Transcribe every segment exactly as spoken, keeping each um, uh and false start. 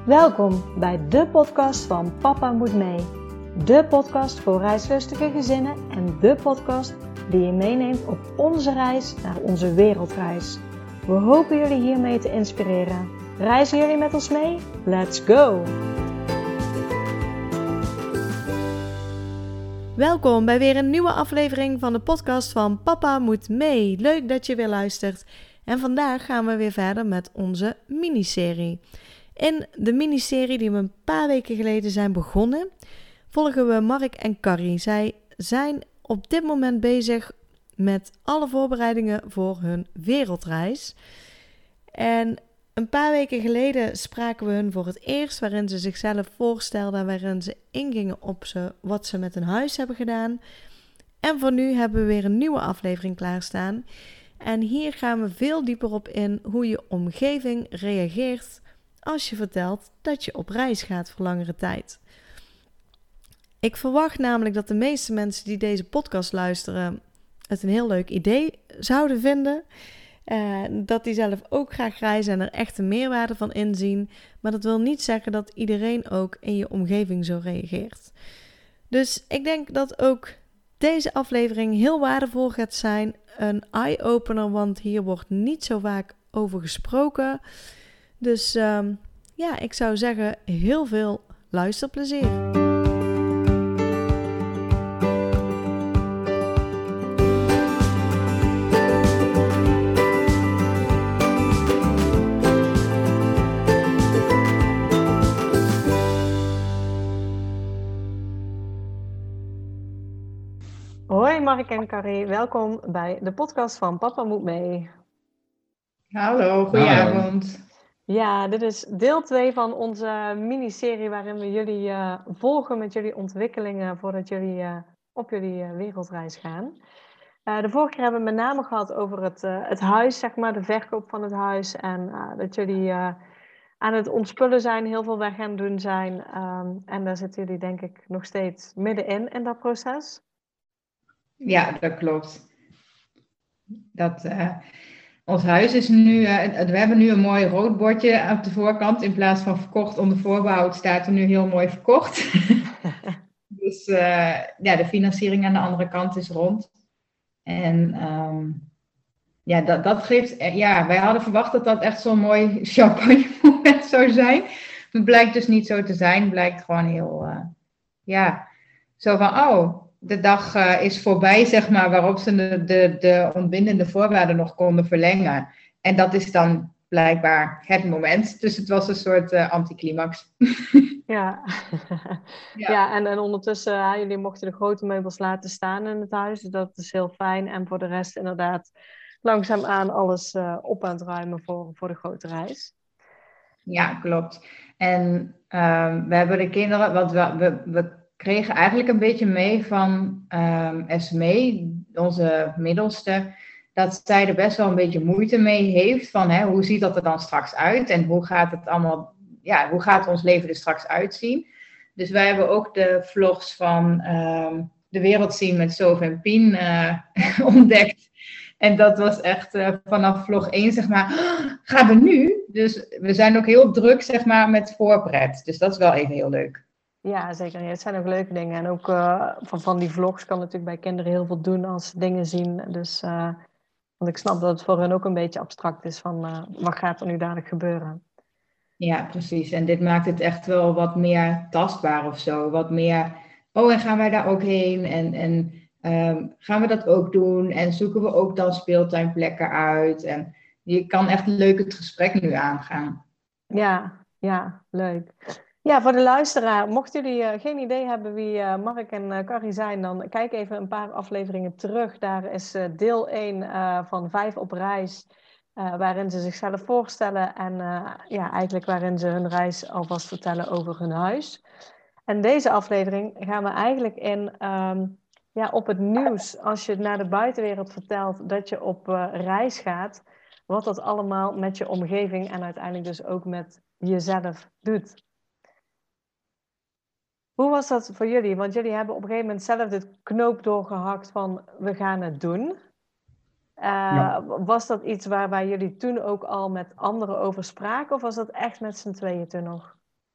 Welkom bij de podcast van Papa Moet Mee. De podcast voor reislustige gezinnen en de podcast die je meeneemt op onze reis naar onze wereldreis. We hopen jullie hiermee te inspireren. Reizen jullie met ons mee? Let's go! Welkom bij weer een nieuwe aflevering van de podcast van Papa Moet Mee. Leuk dat je weer luistert. En vandaag gaan we weer verder met onze miniserie. In de miniserie die we een paar weken geleden zijn begonnen, volgen we Mark en Carrie. Zij zijn op dit moment bezig met alle voorbereidingen voor hun wereldreis. En een paar weken geleden spraken we hun voor het eerst, waarin ze zichzelf voorstelden, waarin ze ingingen op ze, wat ze met hun huis hebben gedaan. En voor nu hebben we weer een nieuwe aflevering klaarstaan. En hier gaan we veel dieper op in hoe je omgeving reageert als je vertelt dat je op reis gaat voor langere tijd. Ik verwacht namelijk dat de meeste mensen die deze podcast luisteren het een heel leuk idee zouden vinden. Uh, dat die zelf ook graag reizen en er echt een meerwaarde van inzien. Maar dat wil niet zeggen dat iedereen ook in je omgeving zo reageert. Dus ik denk dat ook deze aflevering heel waardevol gaat zijn. Een eye-opener, want hier wordt niet zo vaak over gesproken. Dus um, ja, ik zou zeggen heel veel luisterplezier. Hoi Mark en Carrie, welkom bij de podcast van Papa Moet Mee. Hallo, goedenavond. Ja, dit is deel twee van onze miniserie waarin we jullie uh, volgen met jullie ontwikkelingen voordat jullie uh, op jullie uh, wereldreis gaan. Uh, de vorige keer hebben we met name gehad over het, uh, het huis, zeg maar, de verkoop van het huis. En uh, dat jullie uh, aan het ontspullen zijn, heel veel weg gaan doen zijn. Um, en daar zitten jullie denk ik nog steeds middenin in dat proces. Ja, dat klopt. Dat, uh, ons huis is nu, uh, we hebben nu een mooi rood bordje op de voorkant. In plaats van verkocht onder voorbehoud staat er nu heel mooi verkocht. Dus uh, ja, de financiering aan de andere kant is rond. En um, ja, dat, dat geeft, ja, wij hadden verwacht dat dat echt zo'n mooi champagne moment zou zijn. Het blijkt dus niet zo te zijn. Het blijkt gewoon heel, uh, ja, zo van, oh... De dag uh, is voorbij, zeg maar, waarop ze de, de, de ontbindende voorwaarden nog konden verlengen. En dat is dan blijkbaar het moment. Dus het was een soort uh, anticlimax. Ja, ja. ja en, en ondertussen, uh, jullie mochten de grote meubels laten staan in het huis. Dus dat is heel fijn. En voor de rest inderdaad langzaamaan alles uh, op aan het ruimen voor, voor de grote reis. Ja, klopt. En uh, we hebben de kinderen, want we... we, we kregen eigenlijk een beetje mee van um, Esmee, onze middelste, dat zij er best wel een beetje moeite mee heeft van hè, hoe ziet dat er dan straks uit en hoe gaat het allemaal, ja, hoe gaat ons leven er straks uitzien. Dus wij hebben ook de vlogs van um, De Wereld Zien met Sof en Pien uh, ontdekt. En dat was echt uh, vanaf vlog één, zeg maar, oh, gaan we nu? Dus we zijn ook heel druk, zeg maar, met voorpret. Dus dat is wel even heel leuk. Ja, zeker. Ja, het zijn ook leuke dingen. En ook uh, van, van die vlogs kan natuurlijk bij kinderen heel veel doen als ze dingen zien. Dus uh, want ik snap dat het voor hen ook een beetje abstract is van uh, wat gaat er nu dadelijk gebeuren. Ja, precies. En dit maakt het echt wel wat meer tastbaar of zo. Wat meer, oh, en gaan wij daar ook heen? En, en um, gaan we dat ook doen? En zoeken we ook dan speeltuinplekken uit? En je kan echt leuk het gesprek nu aangaan. Ja, ja, leuk. Ja, voor de luisteraar, mochten jullie uh, geen idee hebben wie uh, Mark en uh, Carrie zijn, dan kijk even een paar afleveringen terug. Daar is uh, deel één uh, van vijf op reis, uh, waarin ze zichzelf voorstellen en uh, ja, eigenlijk waarin ze hun reis alvast vertellen over hun huis. En deze aflevering gaan we eigenlijk in um, ja, op het nieuws, als je naar de buitenwereld vertelt dat je op uh, reis gaat, wat dat allemaal met je omgeving en uiteindelijk dus ook met jezelf doet. Hoe was dat voor jullie? Want jullie hebben op een gegeven moment zelf dit knoop doorgehakt van we gaan het doen. Uh, ja. Was dat iets waarbij jullie toen ook al met anderen over spraken? Of was dat echt met z'n tweeën toen nog?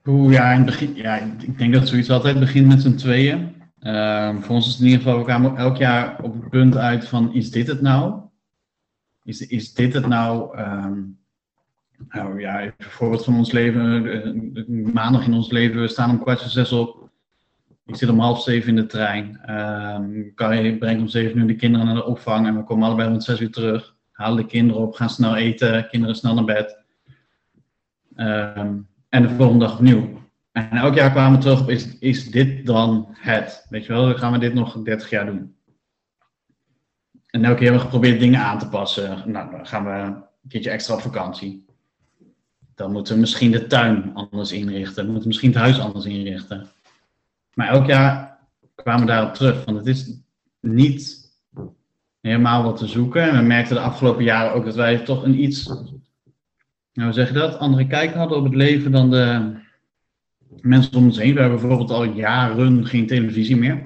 Oeh, ja, in het begin, ja, ik denk dat zoiets altijd begint met z'n tweeën. Uh, voor ons is het in ieder geval, we kwamen elk jaar op het punt uit van, is dit het nou? Is, is dit het nou? Um, nou ja, even een voorbeeld van ons leven. Uh, maandag in ons leven, we staan om kwart voor zes op. Ik zit om half zeven in de trein. Um, Carrie brengt om zeven uur de kinderen naar de opvang en we komen allebei rond zes uur terug. Halen de kinderen op, gaan snel eten, kinderen snel naar bed. Um, en de volgende dag opnieuw. En elk jaar kwamen we terug op, is, is dit dan het? Weet je wel, dan gaan we dit nog dertig jaar doen. En elke keer hebben we geprobeerd dingen aan te passen. Nou, dan gaan we een keertje extra op vakantie. Dan moeten we misschien de tuin anders inrichten. We moeten misschien het huis anders inrichten. Maar elk jaar kwamen we daarop terug. Want het is niet helemaal wat te zoeken. En we merkten de afgelopen jaren ook dat wij toch een iets, nou hoe zeg je dat, andere kijk hadden op het leven dan de mensen om ons heen. We hebben bijvoorbeeld al jaren geen televisie meer.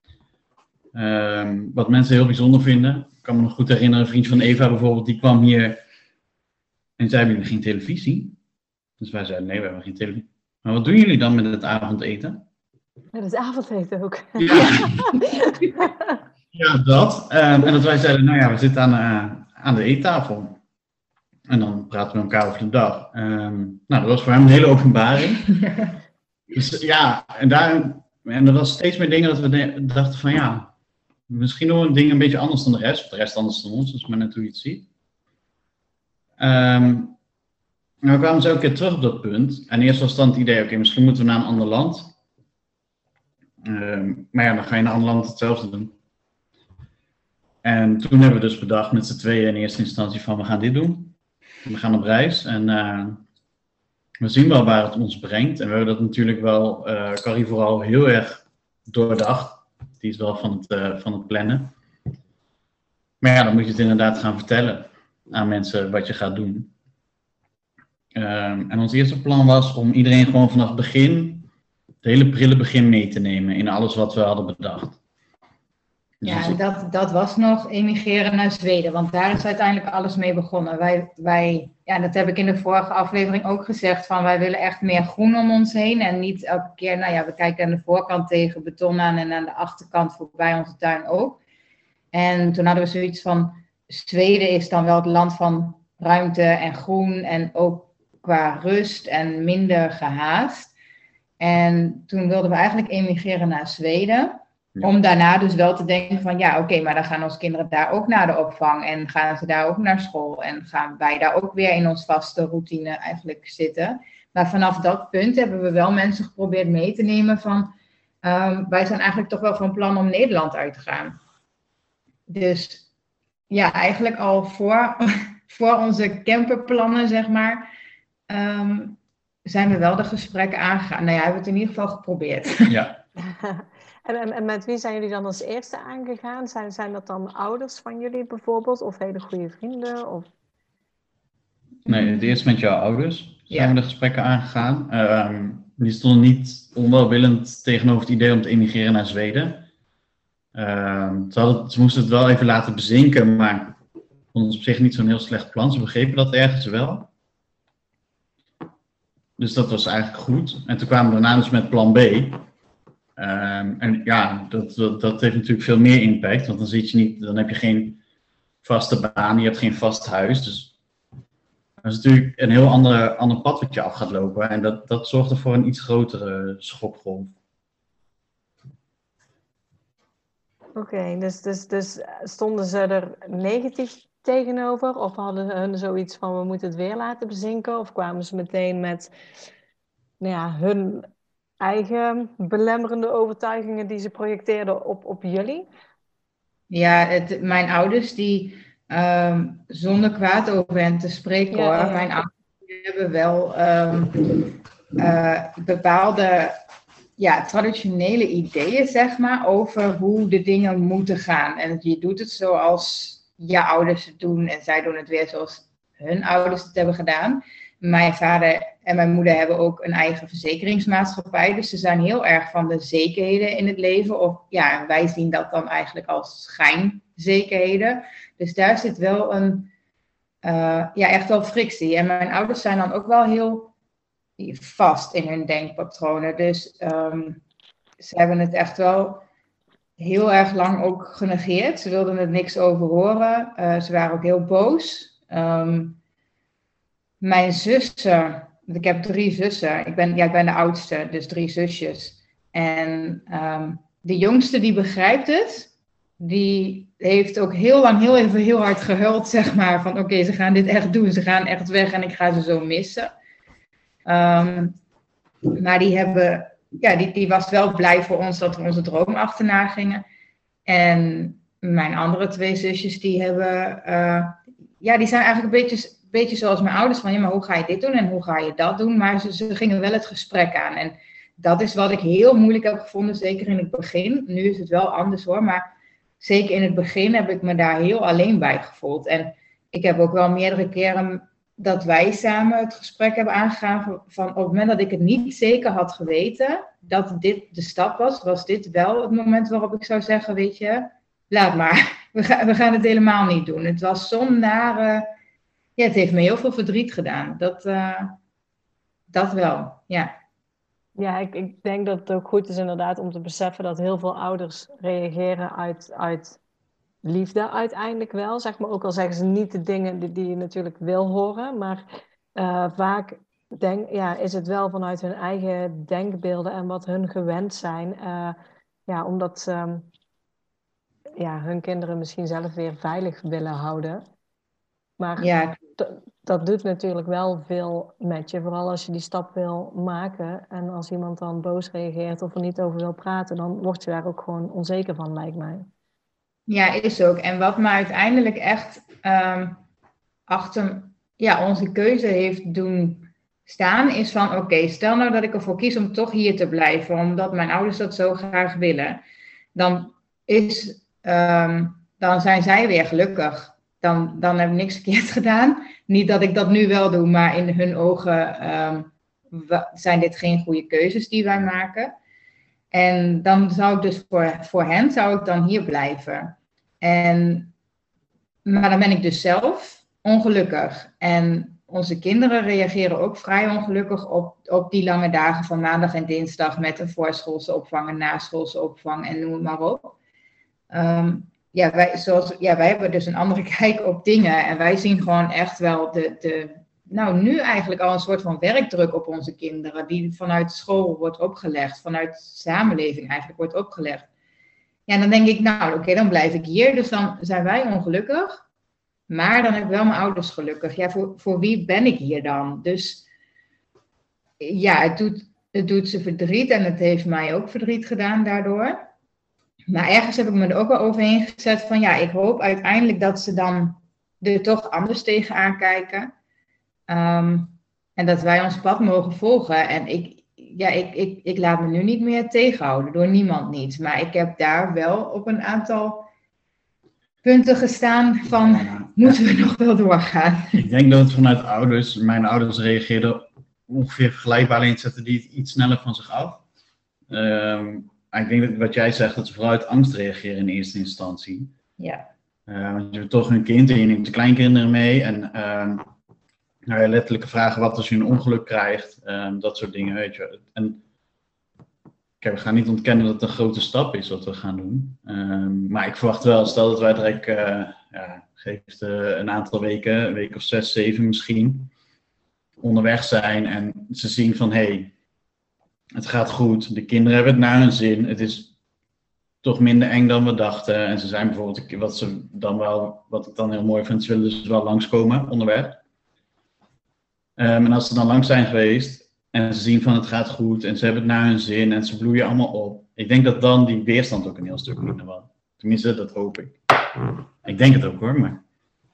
Um, wat mensen heel bijzonder vinden. Ik kan me nog goed herinneren, een vriend van Eva bijvoorbeeld, die kwam hier en zei, hebben jullie geen televisie? Dus wij zeiden, nee, we hebben geen televisie. Maar wat doen jullie dan met het avondeten? Met het avondeten ook. Ja, ja dat. Um, en dat wij zeiden, nou ja, we zitten aan, uh, aan de eettafel. En dan praten we met elkaar over de dag. Um, nou, dat was voor hem een hele openbaring. Dus ja, en, daar, en er was steeds meer dingen dat we de, dachten van ja, misschien doen we dingen een beetje anders dan de rest. Of de rest anders dan ons, dus maar net hoe je het ziet. Um, en we kwamen zo een keer terug op dat punt. En eerst was dan het idee, oké, okay, misschien moeten we naar een ander land. Um, maar ja, dan ga je naar een ander land hetzelfde doen. En toen hebben we dus bedacht met z'n tweeën in eerste instantie van we gaan dit doen. We gaan op reis en uh, we zien wel waar het ons brengt. En we hebben dat natuurlijk wel, uh, Carrie vooral heel erg doordacht. Die is wel van het, uh, van het plannen. Maar ja, dan moet je het inderdaad gaan vertellen aan mensen wat je gaat doen. Um, en ons eerste plan was om iedereen gewoon vanaf het begin, het hele prille begin mee te nemen in alles wat we hadden bedacht. Dus ja, en dat, dat was nog emigreren naar Zweden, want daar is uiteindelijk alles mee begonnen. Wij, wij, ja, dat heb ik in de vorige aflevering ook gezegd, van wij willen echt meer groen om ons heen en niet elke keer, nou ja, we kijken aan de voorkant tegen beton aan en aan de achterkant voorbij onze tuin ook. En toen hadden we zoiets van, Zweden is dan wel het land van ruimte en groen en ook qua rust en minder gehaast. En toen wilden we eigenlijk emigreren naar Zweden. Ja. Om daarna dus wel te denken van ja, oké, okay, maar dan gaan onze kinderen daar ook naar de opvang. En gaan ze daar ook naar school. En gaan wij daar ook weer in ons vaste routine eigenlijk zitten. Maar vanaf dat punt hebben we wel mensen geprobeerd mee te nemen van um, wij zijn eigenlijk toch wel van plan om Nederland uit te gaan. Dus ja, eigenlijk al voor, voor onze camperplannen, zeg maar, um, zijn we wel de gesprekken aangegaan. Nou ja, hebben we het in ieder geval geprobeerd. Ja. En, en, en met wie zijn jullie dan als eerste aangegaan? Zijn, zijn dat dan ouders van jullie bijvoorbeeld? Of hele goede vrienden? Of... Nee, het eerst met jouw ouders zijn ja. we de gesprekken aangegaan. Um, die stonden niet onwelwillend tegenover het idee om te emigreren naar Zweden. Um, ze, hadden, ze moesten het wel even laten bezinken, maar vonden het op zich niet zo'n heel slecht plan. Ze begrepen dat ergens wel. Dus dat was eigenlijk goed. En toen kwamen we daarna dus met plan B. Um, en ja, dat, dat, dat heeft natuurlijk veel meer impact, want dan zit je niet, dan heb je geen vaste baan, je hebt geen vast huis, dus dat is natuurlijk een heel andere, ander pad wat je af gaat lopen en dat, dat zorgt er voor een iets grotere schokgolf. Oké, okay, dus, dus, dus stonden ze er negatief tegenover of hadden hun zoiets van we moeten het weer laten bezinken of kwamen ze meteen met nou ja, hun eigen belemmerende overtuigingen die ze projecteerden op, op jullie? Ja, het, mijn ouders die, um, zonder kwaad over hen te spreken ja, hoor, ja. Mijn ouders hebben wel um, uh, bepaalde ja, traditionele ideeën, zeg maar, over hoe de dingen moeten gaan. En je doet het zoals je ouders het doen en zij doen het weer zoals hun ouders het hebben gedaan. Mijn vader en mijn moeder hebben ook een eigen verzekeringsmaatschappij. Dus ze zijn heel erg van de zekerheden in het leven. Of, ja, en wij zien dat dan eigenlijk als schijnzekerheden. Dus daar zit wel een, uh, ja, echt wel frictie. En mijn ouders zijn dan ook wel heel vast in hun denkpatronen. Dus um, ze hebben het echt wel heel erg lang ook genegeerd. Ze wilden er niks over horen. Uh, ze waren ook heel boos. Um, mijn zussen, ik heb drie zussen. Ik ben, ja, ik ben de oudste, dus drie zusjes. En um, de jongste die begrijpt het. Die heeft ook heel lang heel even heel hard gehuild, zeg maar. Van oké, okay, ze gaan dit echt doen. Ze gaan echt weg en ik ga ze zo missen. Um, maar die hebben... Ja, die, die was wel blij voor ons dat we onze droom achterna gingen. En mijn andere twee zusjes, die hebben... Uh, ja, die zijn eigenlijk een beetje, beetje zoals mijn ouders. Van, ja, maar hoe ga je dit doen en hoe ga je dat doen? Maar ze, ze gingen wel het gesprek aan. En dat is wat ik heel moeilijk heb gevonden, zeker in het begin. Nu is het wel anders hoor, maar zeker in het begin heb ik me daar heel alleen bij gevoeld. En ik heb ook wel meerdere keren dat wij samen het gesprek hebben aangegaan van, van op het moment dat ik het niet zeker had geweten dat dit de stap was, was dit wel het moment waarop ik zou zeggen, weet je, laat maar, we, ga, we gaan het helemaal niet doen. Het was zo'n nare, ja, het heeft me heel veel verdriet gedaan. Dat, uh, dat wel, ja. Ja, ik, ik denk dat het ook goed is inderdaad om te beseffen dat heel veel ouders reageren uit, uit liefde uiteindelijk wel. Zeg maar, ook al zeggen ze niet de dingen die, die je natuurlijk wil horen. Maar uh, vaak denk, ja, is het wel vanuit hun eigen denkbeelden en wat hun gewend zijn. Uh, ja, omdat um, ja, hun kinderen misschien zelf weer veilig willen houden. Maar ja. d- dat doet natuurlijk wel veel met je. Vooral als je die stap wil maken. En als iemand dan boos reageert of er niet over wil praten, dan word je daar ook gewoon onzeker van, lijkt mij. Ja, is ook. En wat me uiteindelijk echt um, achter ja, onze keuze heeft doen staan, is van oké, okay, stel nou dat ik ervoor kies om toch hier te blijven, omdat mijn ouders dat zo graag willen. Dan, is, um, dan zijn zij weer gelukkig. Dan, dan heb ik niks verkeerd gedaan. Niet dat ik dat nu wel doe, maar in hun ogen um, zijn dit geen goede keuzes die wij maken. En dan zou ik dus voor, voor hen, zou ik dan hier blijven. En, maar dan ben ik dus zelf ongelukkig. En onze kinderen reageren ook vrij ongelukkig op, op die lange dagen van maandag en dinsdag met een voorschoolse opvang, een naschoolse opvang en noem het maar op. Um, ja, wij, zoals, ja, wij hebben dus een andere kijk op dingen en wij zien gewoon echt wel de... de Nou, nu eigenlijk al een soort van werkdruk op onze kinderen, die vanuit school wordt opgelegd, vanuit de samenleving eigenlijk wordt opgelegd. Ja, en dan denk ik, nou, oké, okay, dan blijf ik hier, dus dan zijn wij ongelukkig, maar dan heb ik wel mijn ouders gelukkig. Ja, voor, voor wie ben ik hier dan? Dus ja, het doet, het doet ze verdriet en het heeft mij ook verdriet gedaan daardoor. Maar ergens heb ik me er ook wel overheen gezet van, ja, ik hoop uiteindelijk dat ze dan er toch anders tegenaan kijken. Um, en dat wij ons pad mogen volgen. En ik, ja, ik, ik, ik laat me nu niet meer tegenhouden door niemand niet. Maar ik heb daar wel op een aantal punten gestaan van, ja, moeten we nog wel doorgaan? Ik denk dat het vanuit ouders, mijn ouders reageerden ongeveer vergelijkbaar, alleen zetten die het iets sneller van zich af. Um, ik denk dat wat jij zegt, dat ze vooral uit angst reageren in eerste instantie. Ja. Uh, want je hebt toch een kind en je neemt de kleinkinderen mee en... Um, Nou ja, letterlijke vragen, wat als je een ongeluk krijgt, um, dat soort dingen, weet je. En kijk, we gaan niet ontkennen dat het een grote stap is wat we gaan doen. Um, maar ik verwacht wel, stel dat wij direct, uh, ja, geeft uh, een aantal weken, een week of zes, zeven misschien, onderweg zijn en ze zien van, hé, hey, het gaat goed, de kinderen hebben het naar hun zin, het is toch minder eng dan we dachten. En ze zijn bijvoorbeeld, wat ze dan wel, wat ik dan heel mooi vind, ze willen dus wel langskomen onderweg. Um, en als ze dan langs zijn geweest en ze zien van het gaat goed en ze hebben het naar hun zin en ze bloeien allemaal op. Ik denk dat dan die weerstand ook een heel stuk minder wordt. Tenminste, dat hoop ik. Ik denk het ook hoor, maar...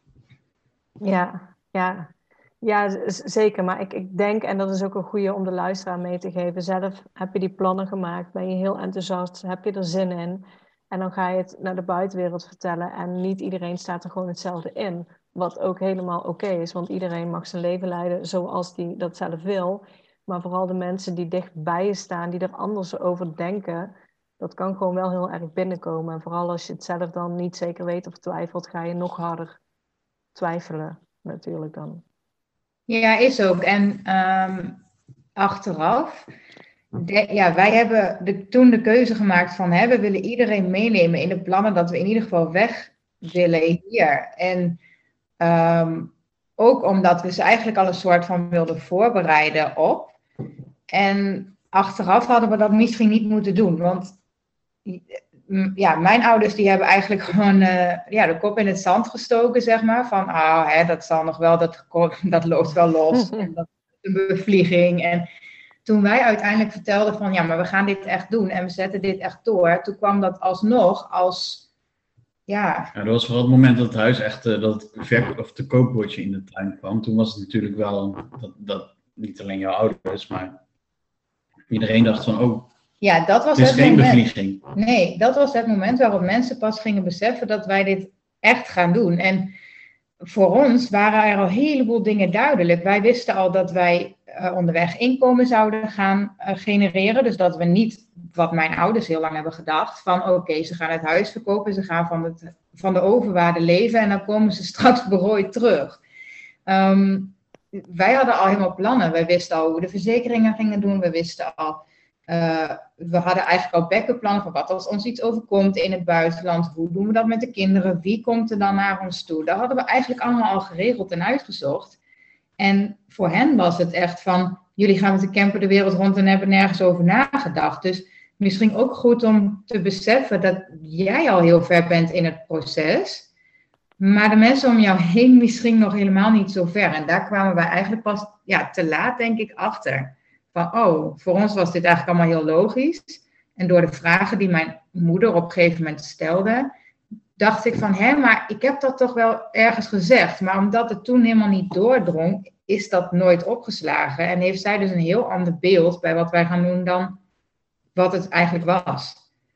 Ja, ja. Ja, z- zeker. Maar ik, ik denk, en dat is ook een goede om de luisteraar mee te geven, zelf heb je die plannen gemaakt, ben je heel enthousiast, heb je er zin in. En dan ga je het naar de buitenwereld vertellen en niet iedereen staat er gewoon hetzelfde in. Wat ook helemaal oké okay is, want iedereen mag zijn leven leiden zoals die dat zelf wil. Maar vooral de mensen die dicht bij je staan, die er anders over denken, dat kan gewoon wel heel erg binnenkomen. En vooral als je het zelf dan niet zeker weet of twijfelt, ga je nog harder twijfelen natuurlijk dan. Ja, is ook. En um, achteraf, de, ja, wij hebben de, toen de keuze gemaakt van, hè, we willen iedereen meenemen in de plannen dat we in ieder geval weg willen hier. En um, ook omdat we ze eigenlijk al een soort van wilden voorbereiden op. En achteraf hadden we dat misschien niet moeten doen, want ja, mijn ouders die hebben eigenlijk gewoon uh, ja, de kop in het zand gestoken, zeg maar. Van, ah, hè, dat zal nog wel, dat, dat loopt wel los. En dat is een bevlieging. En toen wij uiteindelijk vertelden van, ja, maar we gaan dit echt doen. En we zetten dit echt door. Toen kwam dat alsnog als, ja... Ja, dat was vooral het moment dat het huis echt, uh, dat het verkoop, of te koopbordje in de tuin kwam. Toen was het natuurlijk wel, dat, dat niet alleen jouw ouders, maar iedereen dacht van, oh... Ja, dat was het is het geen moment. bevlieging. Nee, dat was het moment waarop mensen pas gingen beseffen dat wij dit echt gaan doen. En voor ons waren er al een heleboel dingen duidelijk. Wij wisten al dat wij uh, onderweg inkomen zouden gaan uh, genereren. Dus dat we niet, wat mijn ouders heel lang hebben gedacht, van oké, okay, ze gaan het huis verkopen, ze gaan van, het, van de overwaarde leven en dan komen ze straks berooid terug. Um, wij hadden al helemaal plannen. Wij wisten al hoe we de verzekeringen gingen doen. We wisten al... Uh, we hadden eigenlijk al backup plannen van wat als ons iets overkomt in het buitenland. Hoe doen we dat met de kinderen? Wie komt er dan naar ons toe? Dat hadden we eigenlijk allemaal al geregeld en uitgezocht. En voor hen was het echt van, jullie gaan met de camper de wereld rond en hebben nergens over nagedacht. Dus misschien ook goed om te beseffen dat jij al heel ver bent in het proces. Maar de mensen om jou heen misschien nog helemaal niet zo ver. En daar kwamen wij eigenlijk pas ja, te laat, denk ik, achter. Van, oh, voor ons was dit eigenlijk allemaal heel logisch. En door de vragen die mijn moeder op een gegeven moment stelde, dacht ik van, hé, maar ik heb dat toch wel ergens gezegd. Maar omdat het toen helemaal niet doordrong, is dat nooit opgeslagen. En heeft zij dus een heel ander beeld bij wat wij gaan doen dan wat het eigenlijk was.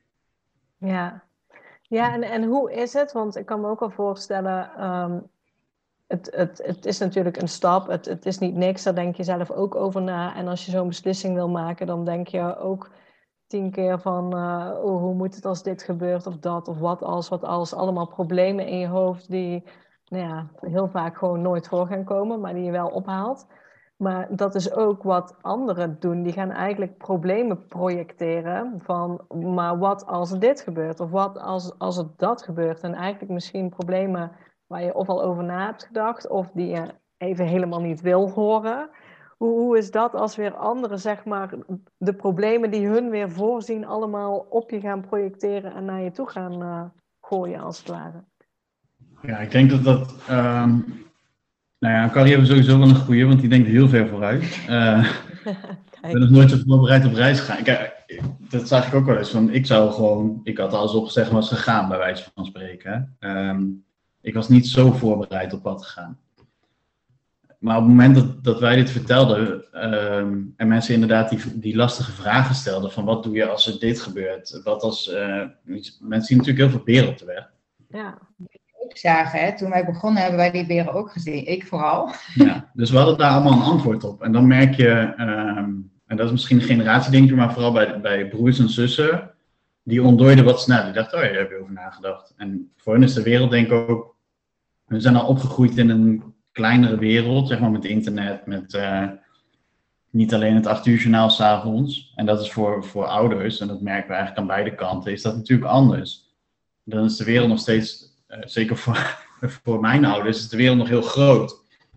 Ja, ja en, en hoe is het? Want ik kan me ook wel voorstellen... Um... Het, het, het is natuurlijk een stap, het, het is niet niks, daar denk je zelf ook over na. En als je zo'n beslissing wil maken, dan denk je ook tien keer van... Uh, oh, hoe moet het als dit gebeurt of dat of wat als, wat als. Allemaal problemen in je hoofd die nou ja, heel vaak gewoon nooit voor gaan komen, maar die je wel ophaalt. Maar dat is ook wat anderen doen. Die gaan eigenlijk problemen projecteren van... maar wat als dit gebeurt of wat als, als het dat gebeurt. En eigenlijk misschien problemen... waar je of al over na hebt gedacht, of die je even helemaal niet wil horen. Hoe, hoe is dat als weer anderen, zeg maar, de problemen die hun weer voorzien, allemaal op je gaan projecteren en naar je toe gaan uh, gooien, als het ware? Ja, ik denk dat dat... Um, nou ja, Carrie hebben sowieso wel een goeie, want die denkt heel ver vooruit. Uh, ik ben nog nooit zo voorbereid op reis gegaan. Kijk, dat zag ik ook wel eens. Van, ik zou gewoon... Ik had alles opgezegd en was gegaan, bij wijze van spreken. Um, Ik was niet zo voorbereid op pad te gaan. Maar op het moment dat, dat wij dit vertelden, um, en mensen inderdaad die, die lastige vragen stelden, van wat doe je als er dit gebeurt? Wat als, uh, mensen zien natuurlijk heel veel beren op de weg. Ja. Ook zagen, hè? Toen wij begonnen hebben wij die beren ook gezien, ik vooral. Ja, dus we hadden daar allemaal een antwoord op. En dan merk je, um, en dat is misschien een generatiedingetje, maar vooral bij, bij broers en zussen, die ontdooiden wat sneller. Die dachten, oh ja, daar heb je over nagedacht. En voor hen is de wereld denk ik ook... We zijn al opgegroeid in een kleinere wereld, zeg maar met internet, met uh, niet alleen het acht uur journaal 's avonds. En dat is voor, voor ouders, en dat merken we eigenlijk aan beide kanten, is dat natuurlijk anders. Dan is de wereld nog steeds, uh, zeker voor, voor mijn ouders, is de wereld nog heel groot.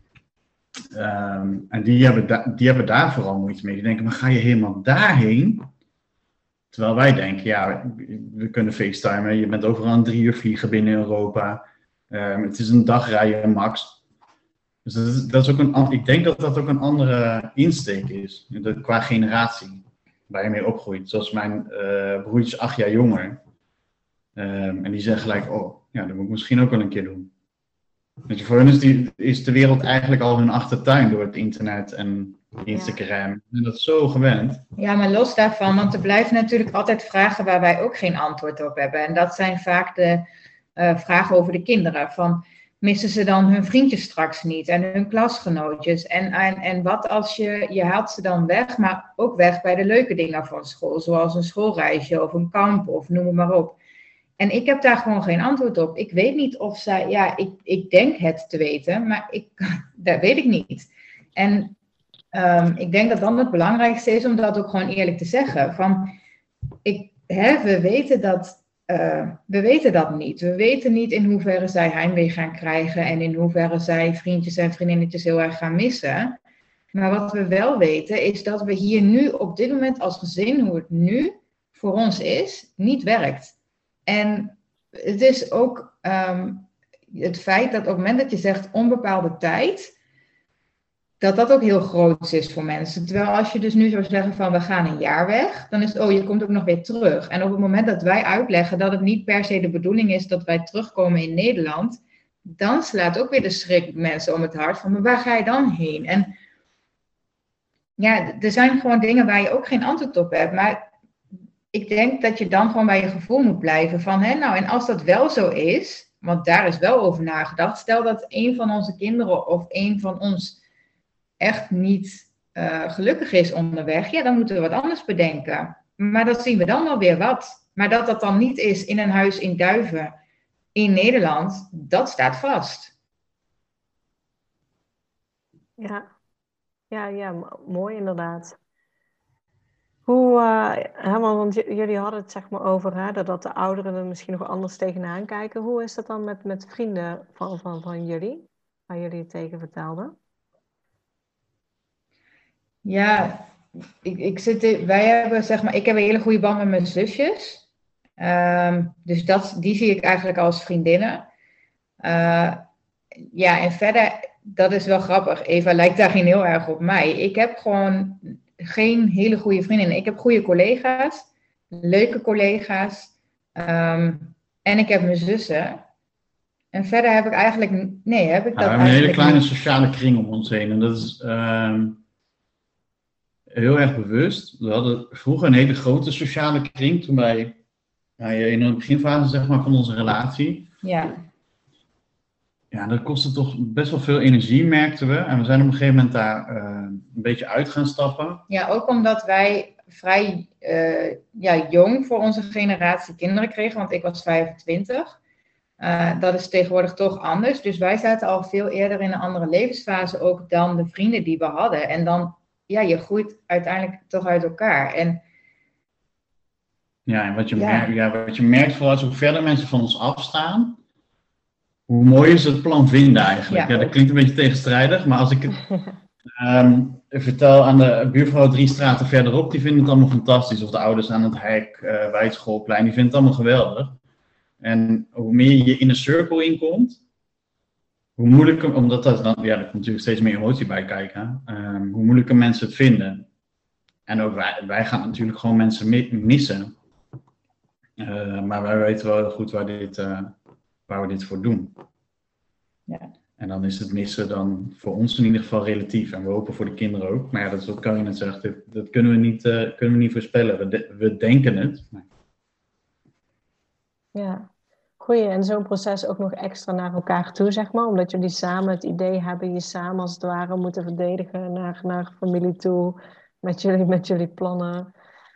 Um, en die hebben, da- die hebben daar vooral moeite mee. Die denken, maar ga je helemaal daarheen? Terwijl wij denken, ja, we kunnen facetimen, je bent overal een drie uur vliegen binnen Europa. Um, het is een dag rijden max. Dus dat is, dat is ook een, ik denk dat dat ook een andere insteek is. Dat, qua generatie. Waar je mee opgroeit. Zoals mijn uh, broertje acht jaar jonger. Um, en die zeggen gelijk, oh, ja, dat moet ik misschien ook wel een keer doen. Weet je, voor hen is, die, is de wereld eigenlijk al hun achtertuin door het internet en Instagram. Ja. En dat is zo gewend. Ja, maar los daarvan, want er blijven natuurlijk altijd vragen waar wij ook geen antwoord op hebben. En dat zijn vaak de uh, vragen over de kinderen. Van, missen ze dan hun vriendjes straks niet en hun klasgenootjes? En, en, en wat als je, je haalt ze dan weg, maar ook weg bij de leuke dingen van school. Zoals een schoolreisje of een kamp of noem het maar op. En ik heb daar gewoon geen antwoord op. Ik weet niet of zij, ja, ik, ik denk het te weten, maar ik, dat weet ik niet. En um, ik denk dat dan het belangrijkste is om dat ook gewoon eerlijk te zeggen. Van, ik, hè, we weten dat... Uh, we weten dat niet. We weten niet in hoeverre zij heimwee gaan krijgen en in hoeverre zij vriendjes en vriendinnetjes heel erg gaan missen. Maar wat we wel weten is dat we hier nu op dit moment als gezin, hoe het nu voor ons is, niet werkt. En het is ook um, het feit dat op het moment dat je zegt onbepaalde tijd, dat dat ook heel groot is voor mensen. Terwijl als je dus nu zou zeggen van we gaan een jaar weg, dan is het, oh, je komt ook nog weer terug. En op het moment dat wij uitleggen dat het niet per se de bedoeling is dat wij terugkomen in Nederland, dan slaat ook weer de schrik mensen om het hart van, maar waar ga je dan heen? En ja, er zijn gewoon dingen waar je ook geen antwoord op hebt, maar ik denk dat je dan gewoon bij je gevoel moet blijven van, hè, nou, en als dat wel zo is, want daar is wel over nagedacht, stel dat een van onze kinderen of een van ons echt niet uh, gelukkig is onderweg, ja, dan moeten we wat anders bedenken. Maar dat zien we dan wel weer wat. Maar dat dat dan niet is in een huis in Duiven in Nederland, dat staat vast. Ja, ja, ja, mooi inderdaad. Hoe, uh, Herman, want j- jullie hadden het zeg maar over hè, dat, dat de ouderen er misschien nog anders tegenaan kijken. Hoe is dat dan met, met vrienden van, van, van jullie, waar jullie het tegen vertelden? Ja, ik, ik zit, wij hebben, zeg maar, ik heb een hele goede band met mijn zusjes. Um, dus dat, die zie ik eigenlijk als vriendinnen. Uh, ja, en verder, dat is wel grappig. Eva lijkt daarin heel erg op mij. Ik heb gewoon geen hele goede vriendinnen. Ik heb goede collega's, leuke collega's. Um, en ik heb mijn zussen. En verder heb ik eigenlijk, nee, heb ik dat ja, we hebben een hele kleine niet. sociale kring om ons heen. En dat is um, heel erg bewust. We hadden vroeger een hele grote sociale kring. Toen wij ja, in de beginfase zeg maar, van onze relatie. Ja. Ja, dat kostte toch best wel veel energie, merkten we. En we zijn op een gegeven moment daar uh, een beetje uit gaan stappen. Ja, ook omdat wij vrij uh, ja, jong voor onze generatie kinderen kregen. Want ik was vijfentwintig. Uh, dat is tegenwoordig toch anders. Dus wij zaten al veel eerder in een andere levensfase ook dan de vrienden die we hadden. En dan, ja, je groeit uiteindelijk toch uit elkaar. En ja, en wat je, ja. Merkt, ja, wat je merkt vooral is hoe verder mensen van ons afstaan, hoe mooier ze het plan vinden eigenlijk. Ja, ja, dat klinkt een beetje tegenstrijdig, maar als ik het um, vertel aan de buurvrouw drie straten verderop, die vinden het allemaal fantastisch. Of de ouders aan het hek, uh, bij het schoolplein, die vinden het allemaal geweldig. En hoe meer je in een circle inkomt, hoe moeilijker, omdat dat dan, ja, er komt natuurlijk steeds meer emotie bij kijken, um, hoe moeilijker mensen het vinden. En ook wij, wij gaan natuurlijk gewoon mensen mi- missen. Uh, maar wij weten wel heel goed waar, dit, uh, waar we dit voor doen. Ja. En dan is het missen dan voor ons in ieder geval relatief. En we hopen voor de kinderen ook. Maar ja, dat is wat Karin net zegt. Dat, dat kunnen, we niet, uh, kunnen we niet voorspellen. We, de, we denken het. Maar... Ja, goeie. En zo'n proces ook nog extra naar elkaar toe, zeg maar. Omdat jullie samen het idee hebben, je samen als het ware moeten verdedigen naar, naar familie toe. Met jullie, met jullie plannen.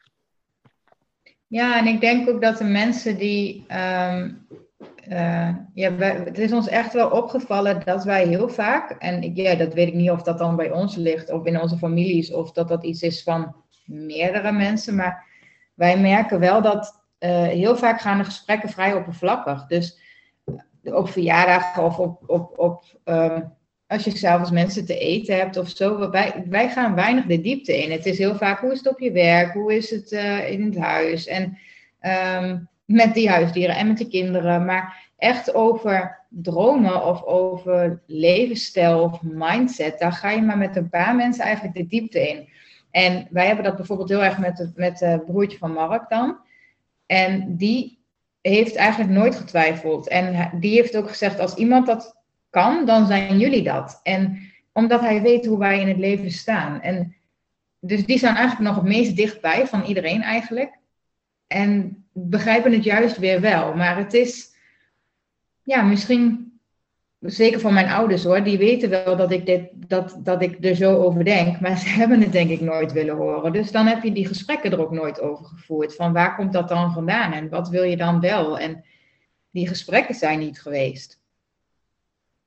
Ja, en ik denk ook dat de mensen die... Um, uh, ja, wij, het is ons echt wel opgevallen dat wij heel vaak... En ik, ja, dat weet ik niet of dat dan bij ons ligt of in onze families... of dat dat iets is van meerdere mensen. Maar wij merken wel dat uh, heel vaak gaan de gesprekken vrij oppervlakkig. Dus op verjaardagen of op... op, op um, als je s'avonds mensen te eten hebt of zo. Wij, wij gaan weinig de diepte in. Het is heel vaak, hoe is het op je werk? Hoe is het uh, in het huis? En um, met die huisdieren en met de kinderen. Maar echt over dromen of over levensstijl of mindset. Daar ga je maar met een paar mensen eigenlijk de diepte in. En wij hebben dat bijvoorbeeld heel erg met het met, uh, broertje van Mark dan. En die heeft eigenlijk nooit getwijfeld. En die heeft ook gezegd, als iemand dat... kan, dan zijn jullie dat. En omdat hij weet hoe wij in het leven staan. En dus die staan eigenlijk nog het meest dichtbij van iedereen eigenlijk. En begrijpen het juist weer wel. Maar het is, ja, misschien, zeker van mijn ouders hoor, die weten wel dat ik, dit, dat, dat ik er zo over denk. Maar ze hebben het denk ik nooit willen horen. Dus dan heb je die gesprekken er ook nooit over gevoerd. Van waar komt dat dan vandaan? En wat wil je dan wel? En die gesprekken zijn niet geweest.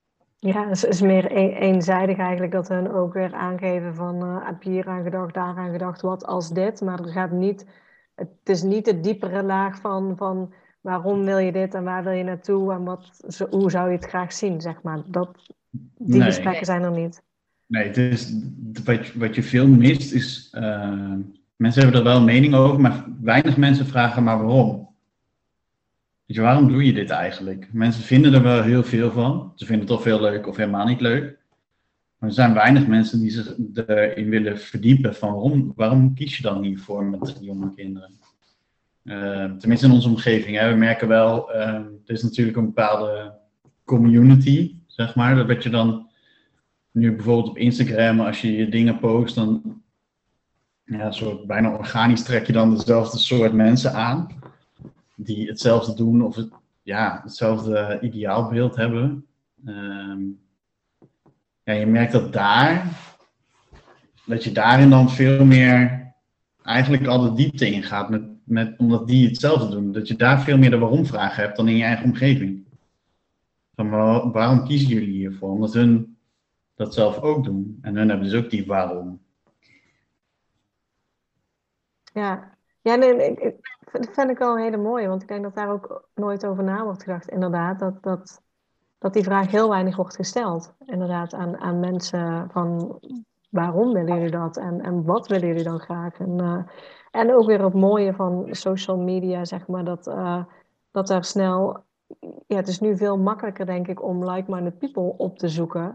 Ja, het is meer een, eenzijdig eigenlijk dat hun ook weer aangeven van uh, heb je hier aan gedacht, daar aan gedacht, wat als dit. Maar er gaat niet, het is niet de diepere laag van, van waarom wil je dit en waar wil je naartoe en wat, zo, hoe zou je het graag zien, zeg maar. Dat, die Nee. gesprekken zijn er niet. Nee, het is, wat, je, wat je veel mist is, uh, mensen hebben er wel een mening over, maar weinig mensen vragen maar waarom. Weet je, waarom doe je dit eigenlijk? Mensen vinden er wel heel veel van. Ze vinden het of heel leuk of helemaal niet leuk. Maar er zijn weinig mensen die zich erin willen verdiepen van waarom, waarom kies je dan hiervoor met jonge kinderen? Uh, tenminste in onze omgeving. Hè. We merken wel, uh, er is natuurlijk een bepaalde community, zeg maar. Dat wat je dan nu bijvoorbeeld op Instagram, als je je dingen post, dan ja, soort, bijna organisch trek je dan dezelfde soort mensen aan. Die hetzelfde doen of het, ja, hetzelfde ideaalbeeld hebben. Um, ja, je merkt dat daar, dat je daarin dan veel meer eigenlijk al de diepte ingaat, met, met, omdat die hetzelfde doen. Dat je daar veel meer de waarom-vragen hebt dan in je eigen omgeving. Van waar, waarom kiezen jullie hiervoor? Omdat hun dat zelf ook doen. En hun hebben dus ook die waarom. Ja, ja nee, ik, ik, dat vind ik wel een hele mooie, want ik denk dat daar ook nooit over na wordt gedacht. Inderdaad, dat, dat, dat die vraag heel weinig wordt gesteld. Inderdaad, aan, aan mensen van waarom willen jullie dat en, en wat willen jullie dan graag? En, uh, en ook weer het mooie van social media, zeg maar, dat, uh, dat er snel... Ja, het is nu veel makkelijker, denk ik, om like-minded people op te zoeken.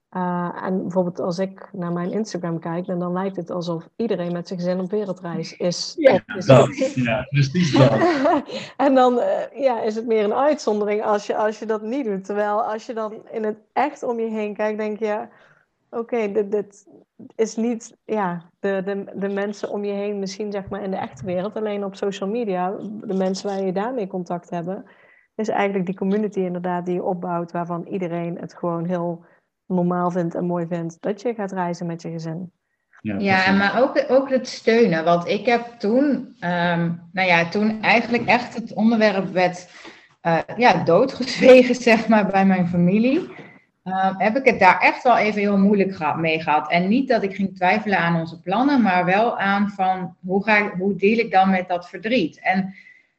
Uh, en bijvoorbeeld als ik naar mijn Instagram kijk, dan, dan lijkt het alsof iedereen met zijn gezin op wereldreis is. Ja, op is dat. Ja, precies dat. En dan uh, ja, is het meer een uitzondering als je, als je dat niet doet. Terwijl als je dan in het echt om je heen kijkt, denk je... Oké, okay, dit, dit is niet ja, de, de, de mensen om je heen misschien zeg maar in de echte wereld. Alleen op social media, de mensen waar je daarmee contact hebben... is eigenlijk die community inderdaad die je opbouwt... waarvan iedereen het gewoon heel... normaal vindt en mooi vindt dat je gaat reizen met je gezin. Ja, ja maar ook, ook het steunen. Want ik heb toen, um, nou ja, toen eigenlijk echt het onderwerp werd uh, ja, doodgezwegen, zeg maar, bij mijn familie. Uh, heb ik het daar echt wel even heel moeilijk mee gehad. En niet dat ik ging twijfelen aan onze plannen, maar wel aan van hoe, ga ik, hoe deel ik dan met dat verdriet? En